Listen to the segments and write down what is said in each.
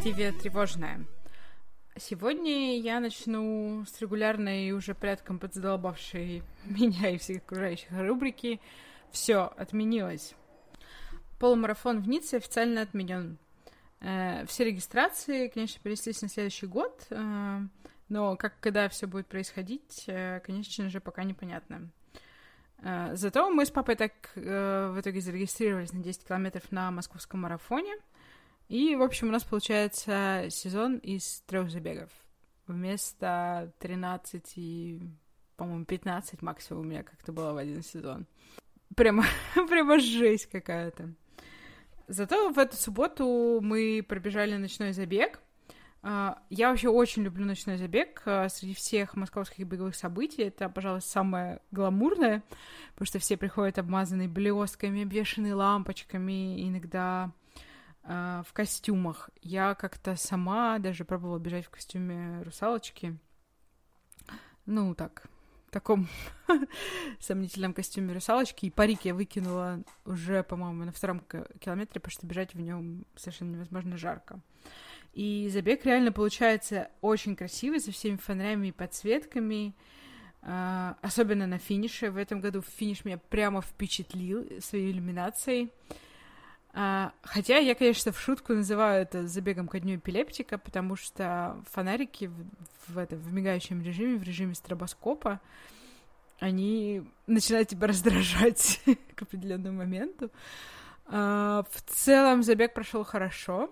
перспективе тревожная. Сегодня я начну с регулярной и уже порядком подзадолбавшей меня и всех окружающих рубрики «Все отменилось». Полумарафон в Ницце официально отменен. Все регистрации, конечно, перенеслись на следующий год, но когда все будет происходить, конечно же, пока непонятно. Зато мы с папой так в итоге зарегистрировались на 10 километров на московском марафоне. И, в общем, у нас получается сезон из 3 забегов. Вместо 13, по-моему, 15 максимум у меня как-то было в один сезон. Прямо жесть какая-то. Зато в эту субботу мы пробежали ночной забег. Я вообще очень люблю ночной забег. Среди всех московских беговых событий это, пожалуй, самое гламурное, потому что все приходят обмазанные блестками, обвешанные лампочками, иногда в костюмах. Я как-то сама даже пробовала бежать в костюме русалочки. Ну, так, в таком сомнительном костюме русалочки. И парик я выкинула уже, по-моему, на 2 километре, потому что бежать в нем совершенно невозможно жарко. И забег реально получается очень красивый, со всеми фонарями и подсветками. Особенно на финише. В этом году финиш меня прямо впечатлил своей иллюминацией. Хотя я, конечно, в шутку называю это забегом ко дню эпилептика, потому что фонарики в мигающем режиме, в режиме стробоскопа, они начинают тебя раздражать к определенному моменту. В целом забег прошел хорошо.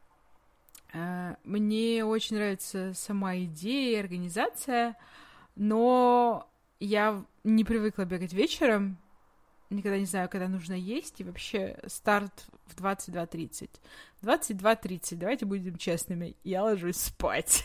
Мне очень нравится сама идея и организация, но я не привыкла бегать вечером, никогда не знаю, когда нужно есть, и вообще старт в 22:30. 22:30, давайте будем честными, я ложусь спать.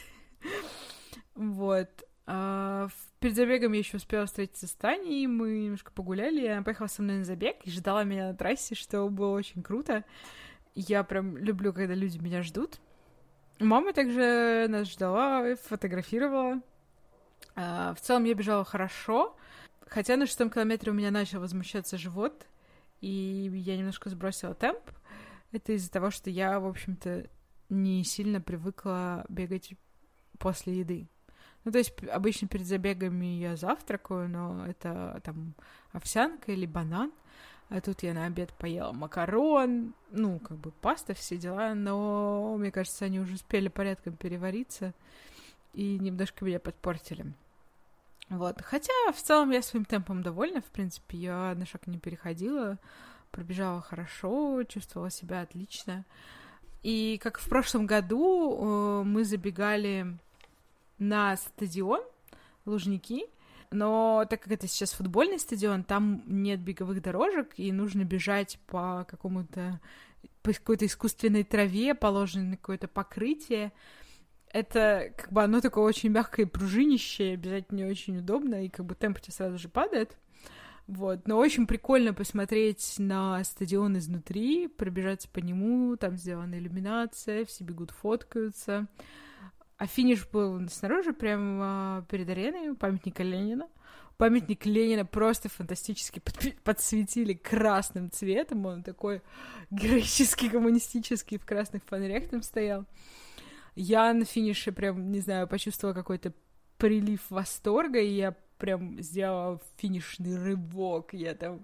Вот. Перед забегом я еще успела встретиться с Таней, мы немножко погуляли, она поехала со мной на забег и ждала меня на трассе, что было очень круто. Я прям люблю, когда люди меня ждут. Мама также нас ждала, фотографировала. В целом я бежала хорошо, хотя на 6 километре у меня начал возмущаться живот, и я немножко сбросила темп. Это из-за того, что я, в общем-то, не сильно привыкла бегать после еды. Ну, то есть обычно перед забегами я завтракаю, но это там овсянка или банан. А тут я на обед поела макарон, ну, как бы паста, все дела, но, мне кажется, они уже успели порядком перевариться и немножко меня подпортили. Вот. Хотя, в целом, я своим темпом довольна, в принципе, я на шаг не переходила, пробежала хорошо, чувствовала себя отлично. И как в прошлом году мы забегали на стадион Лужники, но так как это сейчас футбольный стадион, там нет беговых дорожек, и нужно бежать по какой-то искусственной траве, положенной на какое-то покрытие. Это как бы оно такое очень мягкое и пружинищее, бежать не очень удобно, и как бы темп у тебя сразу же падает. Вот. Но очень прикольно посмотреть на стадион изнутри, пробежаться по нему, там сделана иллюминация, все бегут, фоткаются. А финиш был снаружи, прямо перед ареной, памятника Ленина. Памятник Ленина просто фантастически подсветили красным цветом. Он такой героический, коммунистический, в красных фонарях там стоял. Я на финише прям, не знаю, почувствовала какой-то прилив восторга, и я прям сделала финишный рывок. Я там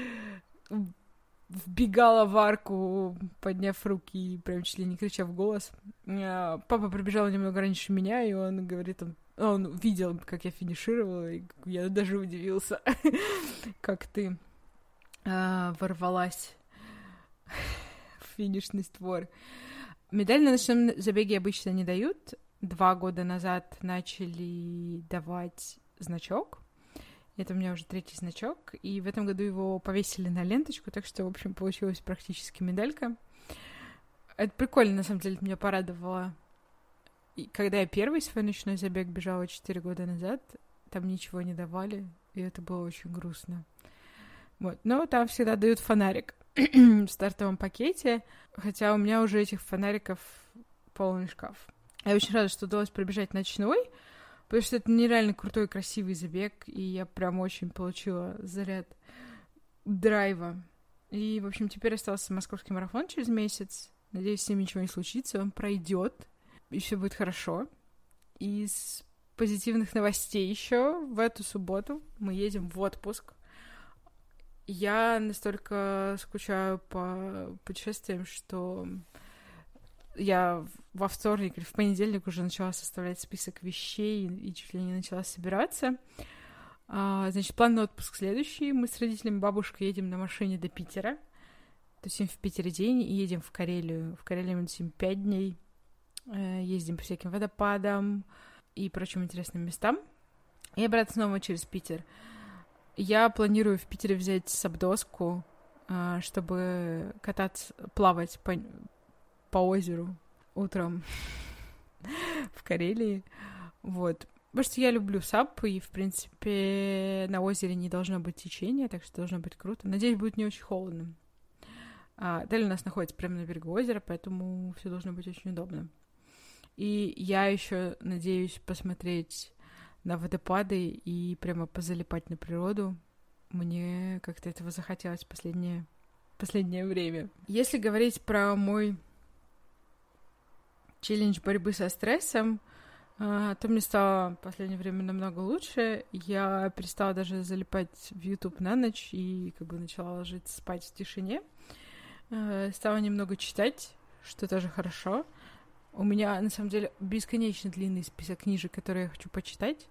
вбегала в арку, подняв руки и прям чуть ли не крича в голос. Папа прибежал немного раньше меня, и он говорит, он видел, как я финишировала, и я даже удивился, как ты ворвалась в финишный створ. Медаль на ночном забеге обычно не дают. 2 года назад начали давать значок. Это у меня уже 3-й значок, и в этом году его повесили на ленточку, так что, в общем, получилась практически медалька. Это прикольно, на самом деле, меня порадовало. И когда я первый свой ночной забег бежала 4 года назад, там ничего не давали, и это было очень грустно. Вот. Но там всегда дают фонарик в стартовом пакете, хотя у меня уже этих фонариков полный шкаф. Я очень рада, что удалось пробежать ночной, потому что это нереально крутой, красивый забег, и я прям очень получила заряд драйва. И, в общем, теперь остался московский марафон через месяц, Надеюсь, с ним ничего не случится, он пройдет, и все будет хорошо. Из позитивных новостей еще в эту субботу мы едем в отпуск. Я настолько скучаю по путешествиям, что я во вторник или в понедельник уже начала составлять список вещей и чуть ли не начала собираться. Значит, план на отпуск следующий. Мы с родителями бабушкой едем на машине до Питера. Тусим в Питере день и едем в Карелию. В Карелии мы тусим 5 дней. Ездим по всяким водопадам и прочим интересным местам. И обратно снова через Питер. Я планирую в Питере взять сабдоску, чтобы кататься, плавать по озеру утром в Карелии. Вот. Потому что я люблю сап, и, в принципе, на озере не должно быть течения, так что должно быть круто. Надеюсь, будет не очень холодно. Отель у нас находится прямо на берегу озера, поэтому все должно быть очень удобно. И я еще надеюсь посмотреть на водопады и прямо позалипать на природу. Мне как-то этого захотелось в последнее время. Если говорить про мой челлендж борьбы со стрессом, то мне стало в последнее время намного лучше. Я перестала даже залипать в YouTube на ночь и как бы начала ложиться спать в тишине. Стала немного читать, что тоже хорошо. У меня, на самом деле, бесконечно длинный список книжек, которые я хочу почитать,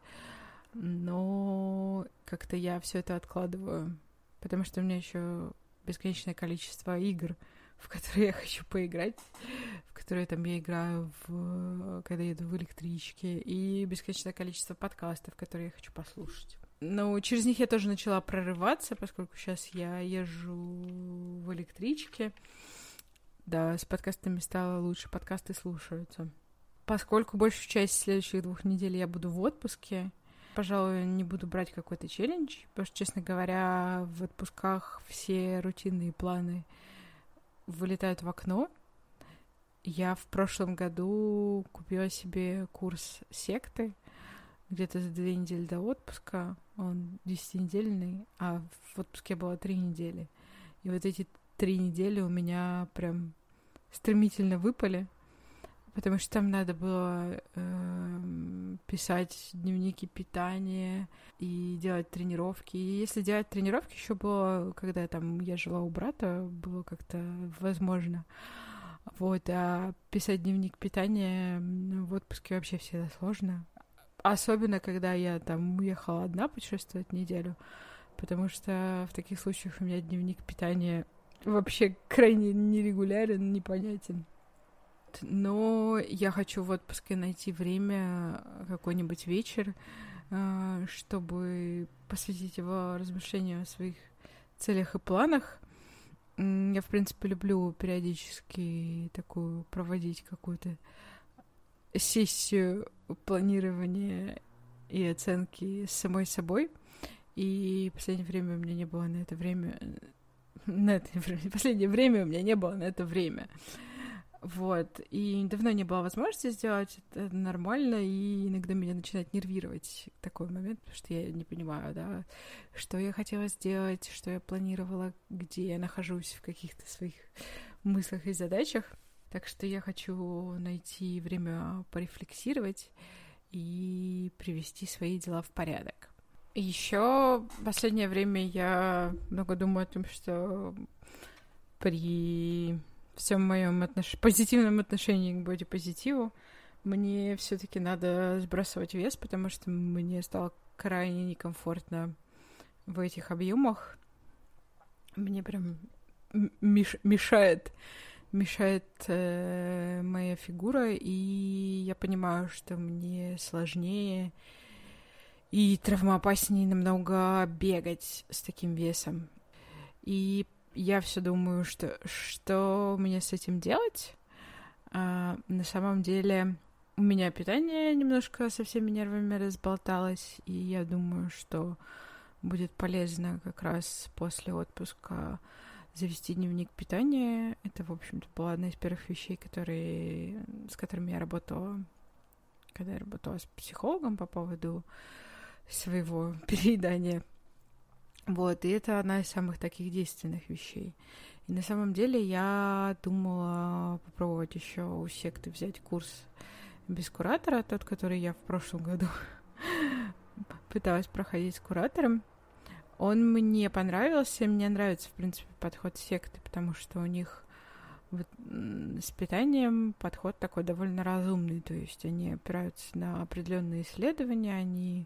но как-то я все это откладываю, потому что у меня еще бесконечное количество игр, в которые я хочу поиграть, в которые там я играю, когда еду в электричке, и бесконечное количество подкастов, которые я хочу послушать. Но через них я тоже начала прорываться, поскольку сейчас я езжу в электричке. Да, с подкастами стало лучше, подкасты слушаются. Поскольку большую часть следующих 2 недель я буду в отпуске, пожалуй, не буду брать какой-то челлендж, потому что, честно говоря, в отпусках все рутинные планы вылетают в окно. Я в прошлом году купила себе курс секты где-то за 2 недели до отпуска. Он 10-недельный, а в отпуске было 3 недели. И вот эти 3 недели у меня прям стремительно выпали, потому что там надо было писать дневники питания и делать тренировки. И если делать тренировки, еще было, когда там я жила у брата, было как-то возможно. Вот, а писать дневник питания в отпуске вообще всегда сложно. Особенно, когда я там уехала одна путешествовать неделю, потому что в таких случаях у меня дневник питания вообще крайне нерегулярен, непонятен. Но я хочу в отпуске найти время, какой-нибудь вечер, чтобы посвятить его размышлению о своих целях и планах. Я, в принципе, люблю периодически такую проводить какую-то сессию планирования и оценки с самой собой. И в последнее время у меня не было на это время. В последнее время у меня не было на это время. Вот. И давно не было возможности сделать это нормально, и иногда меня начинает нервировать такой момент, потому что я не понимаю, да, что я хотела сделать, что я планировала, где я нахожусь в каких-то своих мыслях и задачах. Так что я хочу найти время порефлексировать и привести свои дела в порядок. Еще в последнее время я много думаю о том, что при всем моем позитивном отношении к бодипозитиву мне все-таки надо сбрасывать вес, потому что мне стало крайне некомфортно в этих объемах. Мне прям мешает моя фигура, и я понимаю, что мне сложнее и травмоопаснее намного бегать с таким весом. И я все думаю, что мне с этим делать. На самом деле у меня питание немножко со всеми нервами разболталось, и я думаю, что будет полезно как раз после отпуска завести дневник питания. Это, в общем-то, была одна из первых вещей, с которыми я работала, когда я работала с психологом по поводу своего переедания. Вот, и это одна из самых таких действенных вещей. И на самом деле я думала попробовать еще у секты взять курс без куратора, тот, который я в прошлом году пыталась проходить с куратором. Он мне понравился, мне нравится, в принципе, подход секты, потому что у них вот, с питанием подход такой довольно разумный, то есть они опираются на определенные исследования,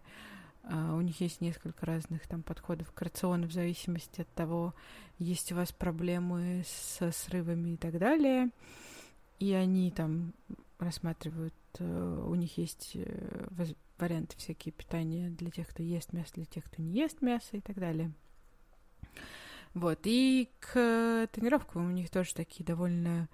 у них есть несколько разных там подходов к рациону в зависимости от того, есть у вас проблемы со срывами и так далее, и они там рассматривают, у них есть варианты всякие питания для тех, кто ест мясо, для тех, кто не ест мясо и так далее. Вот, и к тренировкам у них тоже такие довольно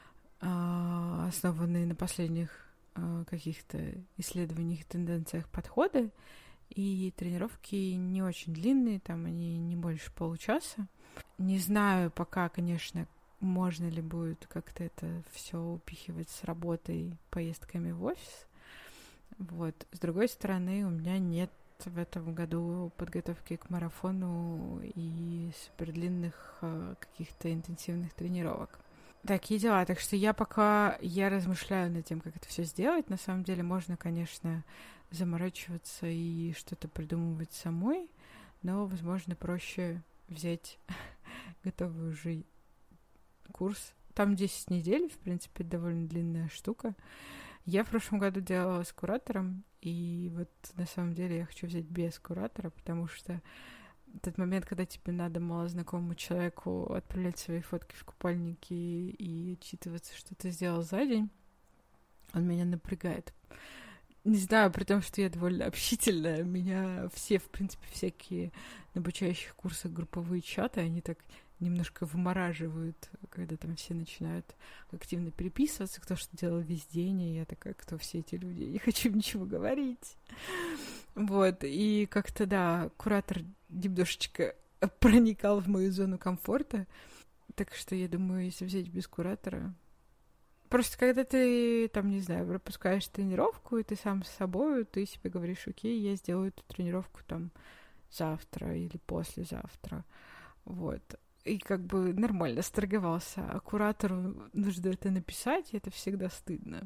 основанные на последних каких-то исследованиях и тенденциях подходы, и тренировки не очень длинные, там они не больше получаса. Не знаю пока, конечно, можно ли будет как-то это все упихивать с работой, поездками в офис. Вот. С другой стороны, у меня нет в этом году подготовки к марафону и супердлинных каких-то интенсивных тренировок. Такие дела. Так что я размышляю над тем, как это все сделать. На самом деле можно, конечно, заморачиваться и что-то придумывать самой, но, возможно, проще взять готовый уже курс. Там 10 недель, в принципе, довольно длинная штука. Я в прошлом году делала с куратором, и вот на самом деле я хочу взять без куратора, потому что тот момент, когда тебе надо малознакомому человеку отправлять свои фотки в купальнике и отчитываться, что ты сделал за день, он меня напрягает. Не знаю, при том, что я довольно общительная, меня все, в принципе, всякие на обучающих курсах групповые чаты, они так немножко вымораживают, когда там все начинают активно переписываться, кто что делал весь день, и я такая, кто все эти люди, я не хочу ничего говорить. Вот, и как-то, да, куратор немножечко проникал в мою зону комфорта, так что я думаю, если взять без куратора... Просто когда ты, там, не знаю, пропускаешь тренировку, и ты сам с собой, ты себе говоришь, окей, я сделаю эту тренировку там завтра или послезавтра. Вот. И как бы нормально сторговался. А куратору нужно это написать, и это всегда стыдно.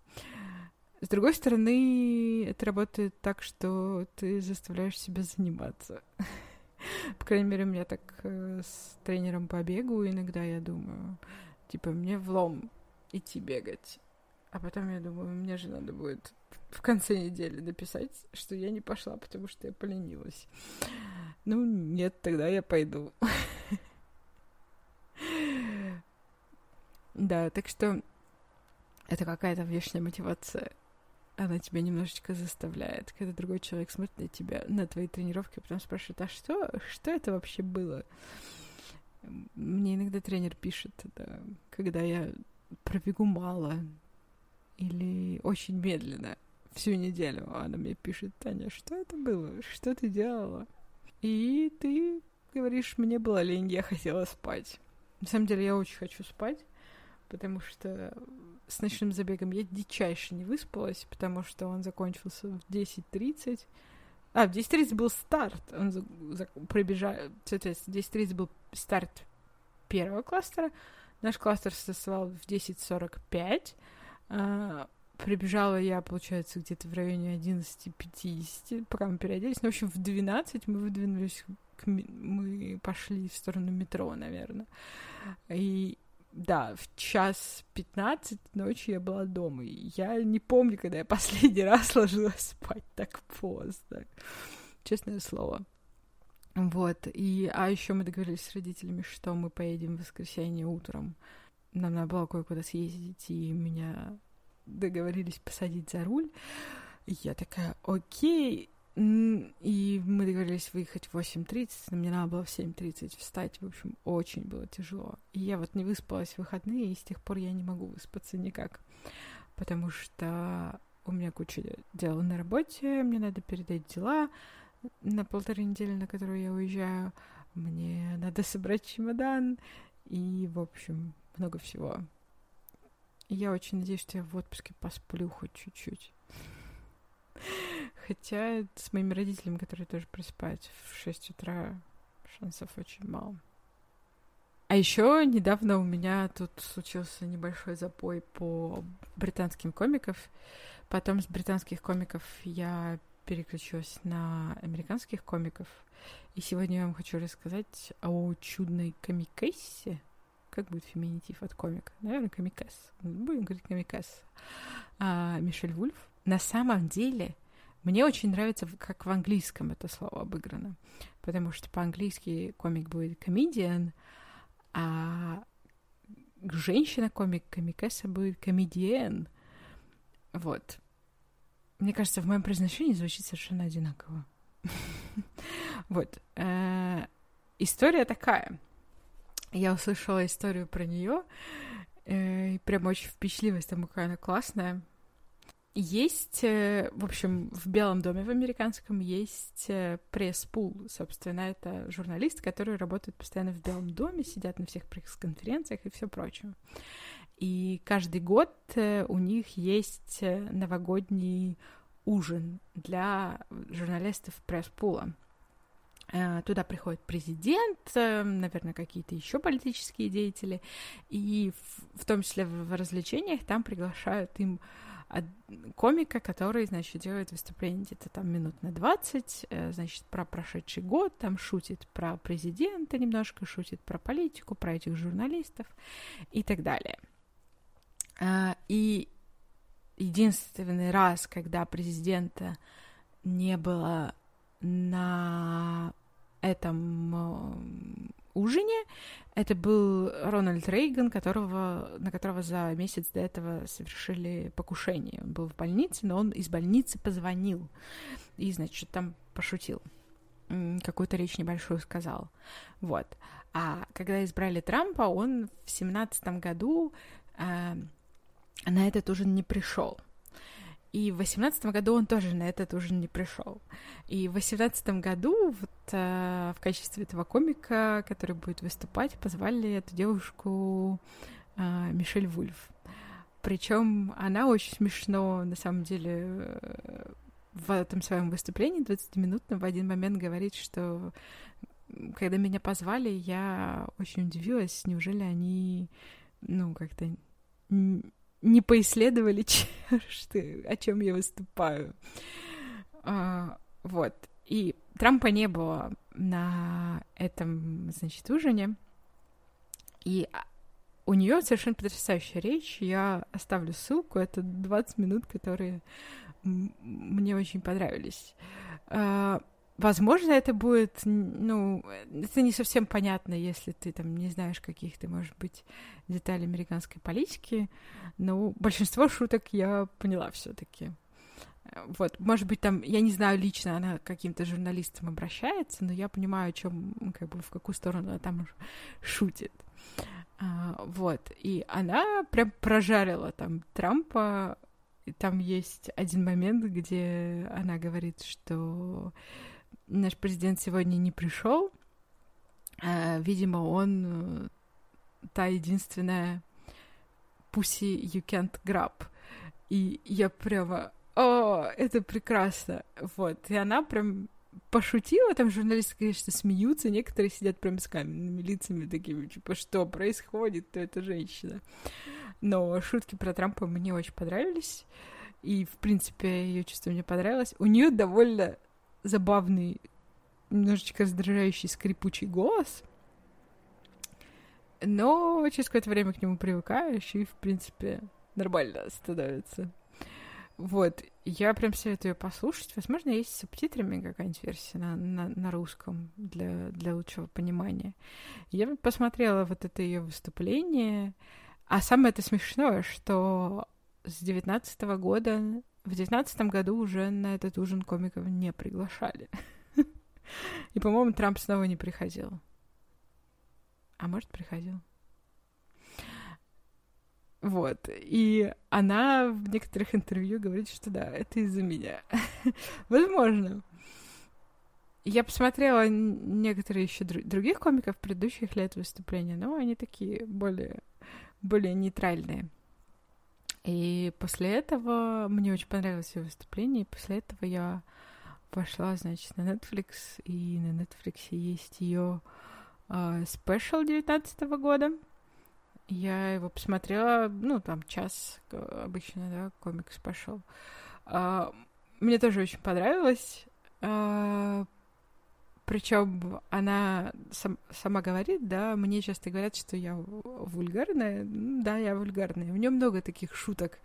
С другой стороны, это работает так, что ты заставляешь себя заниматься. По крайней мере, у меня так с тренером по бегу иногда я думаю, типа, мне влом идти бегать. А потом я думаю, мне же надо будет в конце недели написать, что я не пошла, потому что я поленилась. Ну, нет, тогда я пойду. Да, так что это какая-то внешняя мотивация. Она тебя немножечко заставляет. Когда другой человек смотрит на тебя, на твои тренировки, а потом спрашивает, а что это вообще было? Мне иногда тренер пишет, да, когда я пробегу мало или очень медленно всю неделю. Она мне пишет, Таня, что это было? Что ты делала? И ты говоришь, мне было лень, я хотела спать. На самом деле я очень хочу спать, потому что с ночным забегом я дичайше не выспалась, потому что он закончился в 10:30. В 10:30 был старт. Он пробежал... Соответственно, в 10:30 был старт первого кластера. Наш кластер стартовал в 10:45. Прибежала я, получается, где-то в районе 11:50, пока мы переоделись. Ну, в общем, в 12 мы выдвинулись, мы пошли в сторону метро, наверное. И да, в 1:15 ночи я была дома. И я не помню, когда я последний раз ложилась спать так поздно. Честное слово. Вот. А еще мы договорились с родителями, что мы поедем в воскресенье утром. Нам надо было кое-куда съездить, и меня договорились посадить за руль. И я такая, окей. И мы договорились выехать в 8:30, но мне надо было в 7:30 встать. В общем, очень было тяжело. И я вот не выспалась в выходные, и с тех пор я не могу выспаться никак. Потому что у меня куча дел на работе, мне надо передать дела на 1,5 недели, на которую я уезжаю. Мне надо собрать чемодан. И, в общем, много всего. И я очень надеюсь, что я в отпуске посплю хоть чуть-чуть. Хотя с моими родителями, которые тоже просыпаются в 6 утра, Шансов очень мало. А еще недавно у меня тут случился небольшой запой по британским комикам. Потом с британских комиков я переключилась на американских комиков. И сегодня я вам хочу рассказать о чудной комикессе. Как будет феминитив от комика? Наверное, комикесс. Будем говорить комикесс. Мишель Вульф. На самом деле, мне очень нравится, как в английском это слово обыграно. Потому что по-английски комик будет comedian, а женщина-комик, комикесса будет комедиен. Вот. Мне кажется, в моем произношении звучит совершенно одинаково. Вот. История такая. Я услышала историю про нее, и прям очень впечатлилась тому, какая она классная. Есть, в общем, в Белом доме в американском есть пресс-пул. Собственно, это журналисты, которые работают постоянно в Белом доме, сидят на всех пресс-конференциях и все прочее. И каждый год у них есть новогодний ужин для журналистов пресс-пула. Туда приходит президент, наверное, какие-то еще политические деятели, и в том числе в развлечениях там приглашают им комика, который, значит, делает выступление где-то там минут на 20, значит, про прошедший год, там шутит про президента немножко, шутит про политику, про этих журналистов и так далее. И единственный раз, когда президента не было на этом ужине, это был Рональд Рейган, на которого за месяц до этого совершили покушение. Он был в больнице, но он из больницы позвонил и, значит, там пошутил. Какую-то речь небольшую сказал. Вот. А когда избрали Трампа, он в 2017 году на этот ужин не пришел. И в 2018 году он тоже на этот ужин не пришел. И в 2018 году вот, в качестве этого комика, который будет выступать, позвали эту девушку Мишель Вульф. Причем она очень смешно, на самом деле, в этом своем выступлении 20-минутном в один момент говорит, что когда меня позвали, я очень удивилась, неужели они, как-то не поисследовали, о чем я выступаю. Вот. И Трампа не было на этом, значит, ужине. И у нее совершенно потрясающая речь. Я оставлю ссылку. Это 20 минут, которые мне очень понравились. Возможно, это будет, это не совсем понятно, если ты там не знаешь каких-то, может быть, деталей американской политики, но большинство шуток я поняла все-таки. Вот, может быть, там, я не знаю лично, она к каким-то журналистам обращается, но я понимаю, о чем, в какую сторону она там шутит. Вот, и она прям прожарила там Трампа, и там есть один момент, где она говорит, что наш президент сегодня не пришел. Видимо, он та единственная pussy you can't grab. И я прямо... это прекрасно. Вот. И она прям пошутила. Там журналисты, конечно, смеются. Некоторые сидят прям с каменными лицами такими, типа, что происходит, то эта женщина. Но шутки про Трампа мне очень понравились. И, в принципе, ее чувство мне понравилось. У нее довольно забавный, немножечко раздражающий, скрипучий голос, но через какое-то время к нему привыкаешь, и, в принципе, нормально становится. Вот, я прям советую послушать. Возможно, есть с субтитрами какая-нибудь версия на русском для лучшего понимания. Я посмотрела вот это ее выступление, а самое это смешное, что с 19-го года в 19-м году уже на этот ужин комиков не приглашали. И, по-моему, Трамп снова не приходил. А может, приходил. Вот. И она в некоторых интервью говорит, что да, это из-за меня. Возможно. Я посмотрела некоторые еще других комиков предыдущих лет выступления, но они такие более нейтральные. И после этого мне очень понравилось ее выступление, и после этого я пошла, значит, на Netflix, и на Netflix есть ее спешл 19 года. Я его посмотрела, ну, там, час обычно, да, комик-спешл. Мне тоже очень понравилось. Причем она сама говорит, да, мне часто говорят, что я вульгарная. Да, я вульгарная. У нее много таких шуток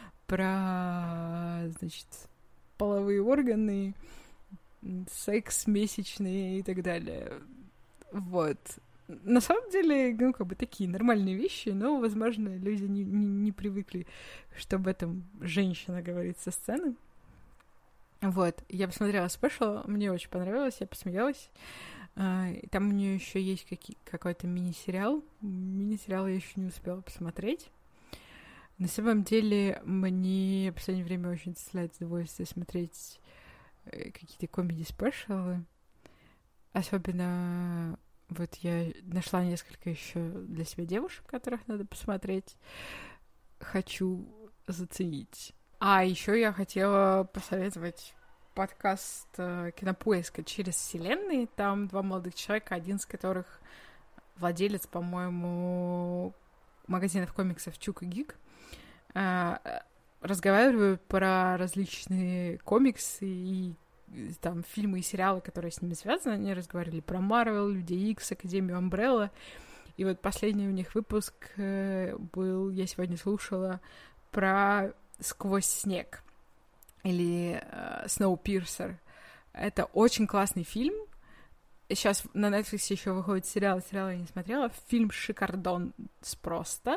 про, значит, половые органы, секс месячный и так далее. Вот. На самом деле, ну, как бы такие нормальные вещи, но, возможно, люди не привыкли, что об этом женщина говорит со сцены. Вот. Я посмотрела спешл, мне очень понравилось, я посмеялась. И там у нее еще есть какой-то мини-сериал. Мини-сериал я еще не успела посмотреть. На самом деле, мне в последнее время очень доставляет удовольствие смотреть какие-то комеди-спешалы. Особенно вот я нашла несколько еще для себя девушек, которых надо посмотреть. Хочу заценить. А еще я хотела посоветовать подкаст «Кинопоиска через вселенные». Там два молодых человека, один из которых владелец, по-моему, магазинов комиксов «Чук и Гик». Разговаривают про различные комиксы и там фильмы и сериалы, которые с ними связаны. Они разговаривали про Марвел, Людей Икс, Академию Амбрелла. И вот последний у них выпуск был, я сегодня слушала, про «Сквозь снег» или «Сноупирсер». Это очень классный фильм. Сейчас на Netflix еще выходит сериал. Сериал я не смотрела. Фильм шикардон просто.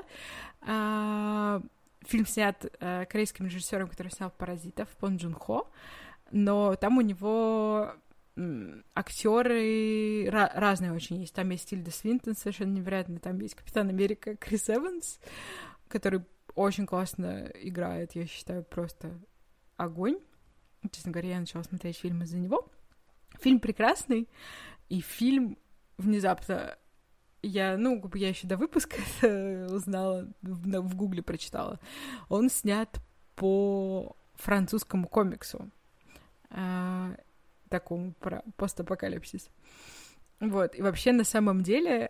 Фильм снят корейским режиссером, который снял «Паразитов», Пон Джун Хо. Но там у него актеры разные очень есть. Там есть Тильда Свинтон, совершенно невероятно. Там есть Капитан Америка Крис Эванс, который очень классно играет, я считаю, просто огонь. Честно говоря, я начала смотреть фильм из-за него. Фильм прекрасный, и фильм внезапно... Я еще до выпуска узнала, в Гугле прочитала. Он снят по французскому комиксу. Такому про постапокалипсис. Вот. И вообще, на самом деле,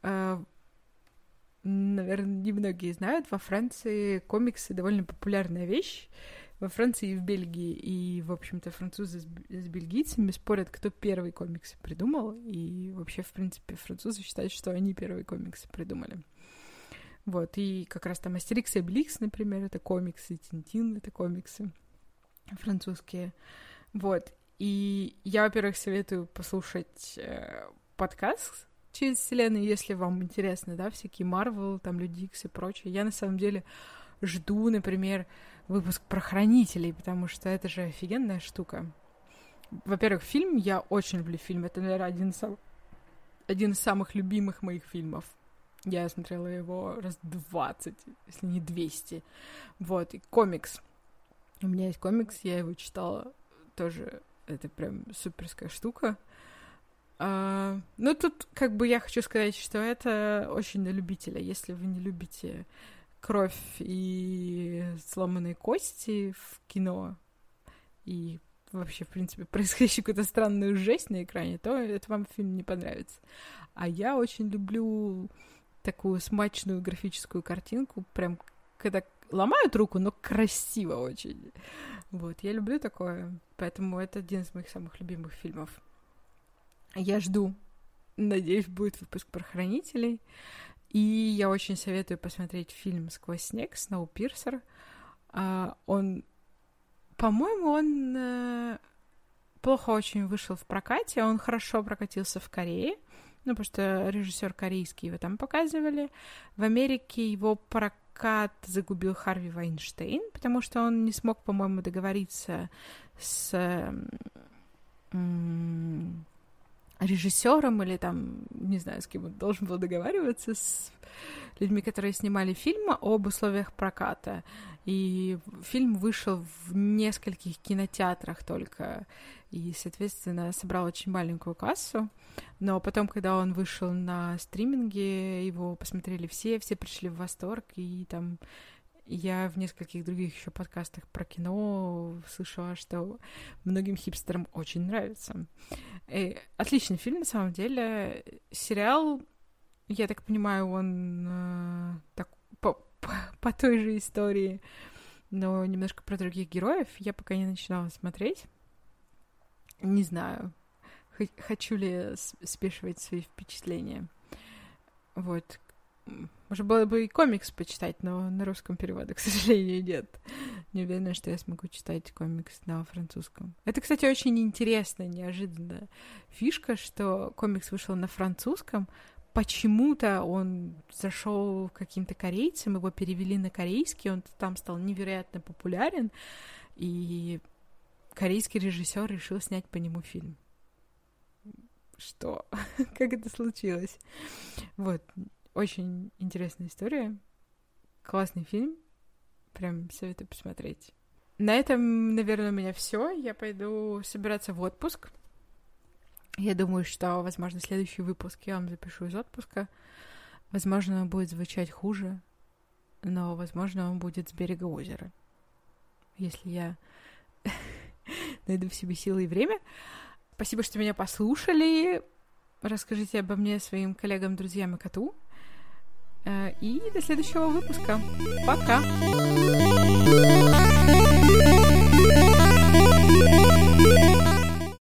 наверное, немногие знают, во Франции комиксы довольно популярная вещь. Во Франции и в Бельгии. И, в общем-то, французы с бельгийцами спорят, кто первый комиксы придумал. И вообще, в принципе, французы считают, что они первые комиксы придумали. Вот. И как раз там Астерикс и Обеликс, например, это комиксы. Тинтин — это комиксы французские. Вот. И я, во-первых, советую послушать подкаст «Через вселенную», если вам интересно, да, всякие Марвел, там, Люди Икс и прочее. Я, на самом деле, жду, например, выпуск про Хранителей, потому что это же офигенная штука. Во-первых, фильм, я очень люблю фильм. Это, наверное, один из самых любимых моих фильмов. Я смотрела его раз 20, если не 200. Вот, и комикс. У меня есть комикс, я его читала тоже. Это прям суперская штука. Ну, тут как бы я хочу сказать, что это очень на любителя. Если вы не любите кровь и сломанные кости в кино и вообще, в принципе, происходящую какую-то странную жесть на экране, то это вам фильм не понравится. А я очень люблю такую смачную графическую картинку, прям когда ломают руку, но красиво очень. Вот, я люблю такое, поэтому это один из моих самых любимых фильмов. Я жду. Надеюсь, будет выпуск про Хранителей. И я очень советую посмотреть фильм «Сквозь снег», «Сноупирсер». Он, по-моему, он плохо очень вышел в прокате. Он хорошо прокатился в Корее. Ну, потому что режиссер корейский его там показывали. В Америке его прокат загубил Харви Вайнштейн, потому что он не смог, по-моему, договориться с режиссером или там, не знаю, с кем он должен был договариваться, с людьми, которые снимали фильм, об условиях проката. И фильм вышел в нескольких кинотеатрах только, и, соответственно, собрал очень маленькую кассу. Но потом, когда он вышел на стриминге, его посмотрели все пришли в восторг, и там Я в нескольких других еще подкастах про кино слышала, что многим хипстерам очень нравится. Отличный фильм, на самом деле. Сериал, я так понимаю, он по той же истории, но немножко про других героев. Я пока не начинала смотреть. Не знаю, хочу ли спешивать свои впечатления. Вот. Можно было бы и комикс почитать, но на русском переводе, к сожалению, нет. Не уверена, что я смогу читать комикс на французском. Это, кстати, очень интересная, неожиданная фишка, что комикс вышел на французском. Почему-то он зашел каким-то корейцам, его перевели на корейский, он там стал невероятно популярен, и корейский режиссер решил снять по нему фильм. Что? Как это случилось? Вот. Очень интересная история. Классный фильм. Прям советую посмотреть. На этом, наверное, у меня все. Я пойду собираться в отпуск. Я думаю, что, возможно, следующий выпуск я вам запишу из отпуска. Возможно, он будет звучать хуже, но, возможно, он будет с берега озера. Если я найду в себе силы и время. Спасибо, что меня послушали. Расскажите обо мне своим коллегам, друзьям и коту. И до следующего выпуска. Пока!